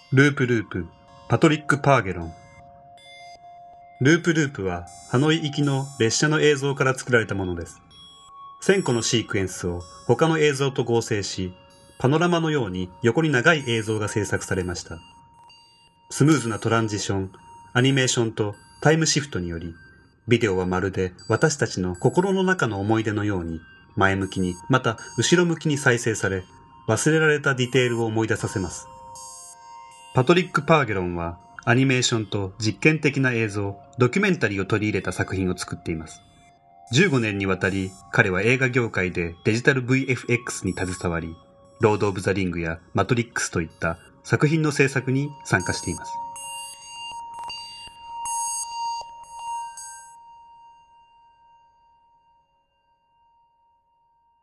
ループループ、パトリック・パーゲロン。ループループはハノイ行きの列車の映像から作られたものです。1000個のシークエンスを他の映像と合成し、パノラマのように横に長い映像が制作されました。スムーズなトランジション、アニメーションとタイムシフトにより、ビデオはまるで私たちの心の中の思い出のように、前向きにまた後ろ向きに再生され、忘れられたディテールを思い出させます。パトリック・パーゲロンはアニメーションと実験的な映像、ドキュメンタリーを取り入れた作品を作っています。15年にわたり彼は映画業界でデジタル VFX に携わり、ロード・オブ・ザ・リングやマトリックスといった作品の制作に参加しています。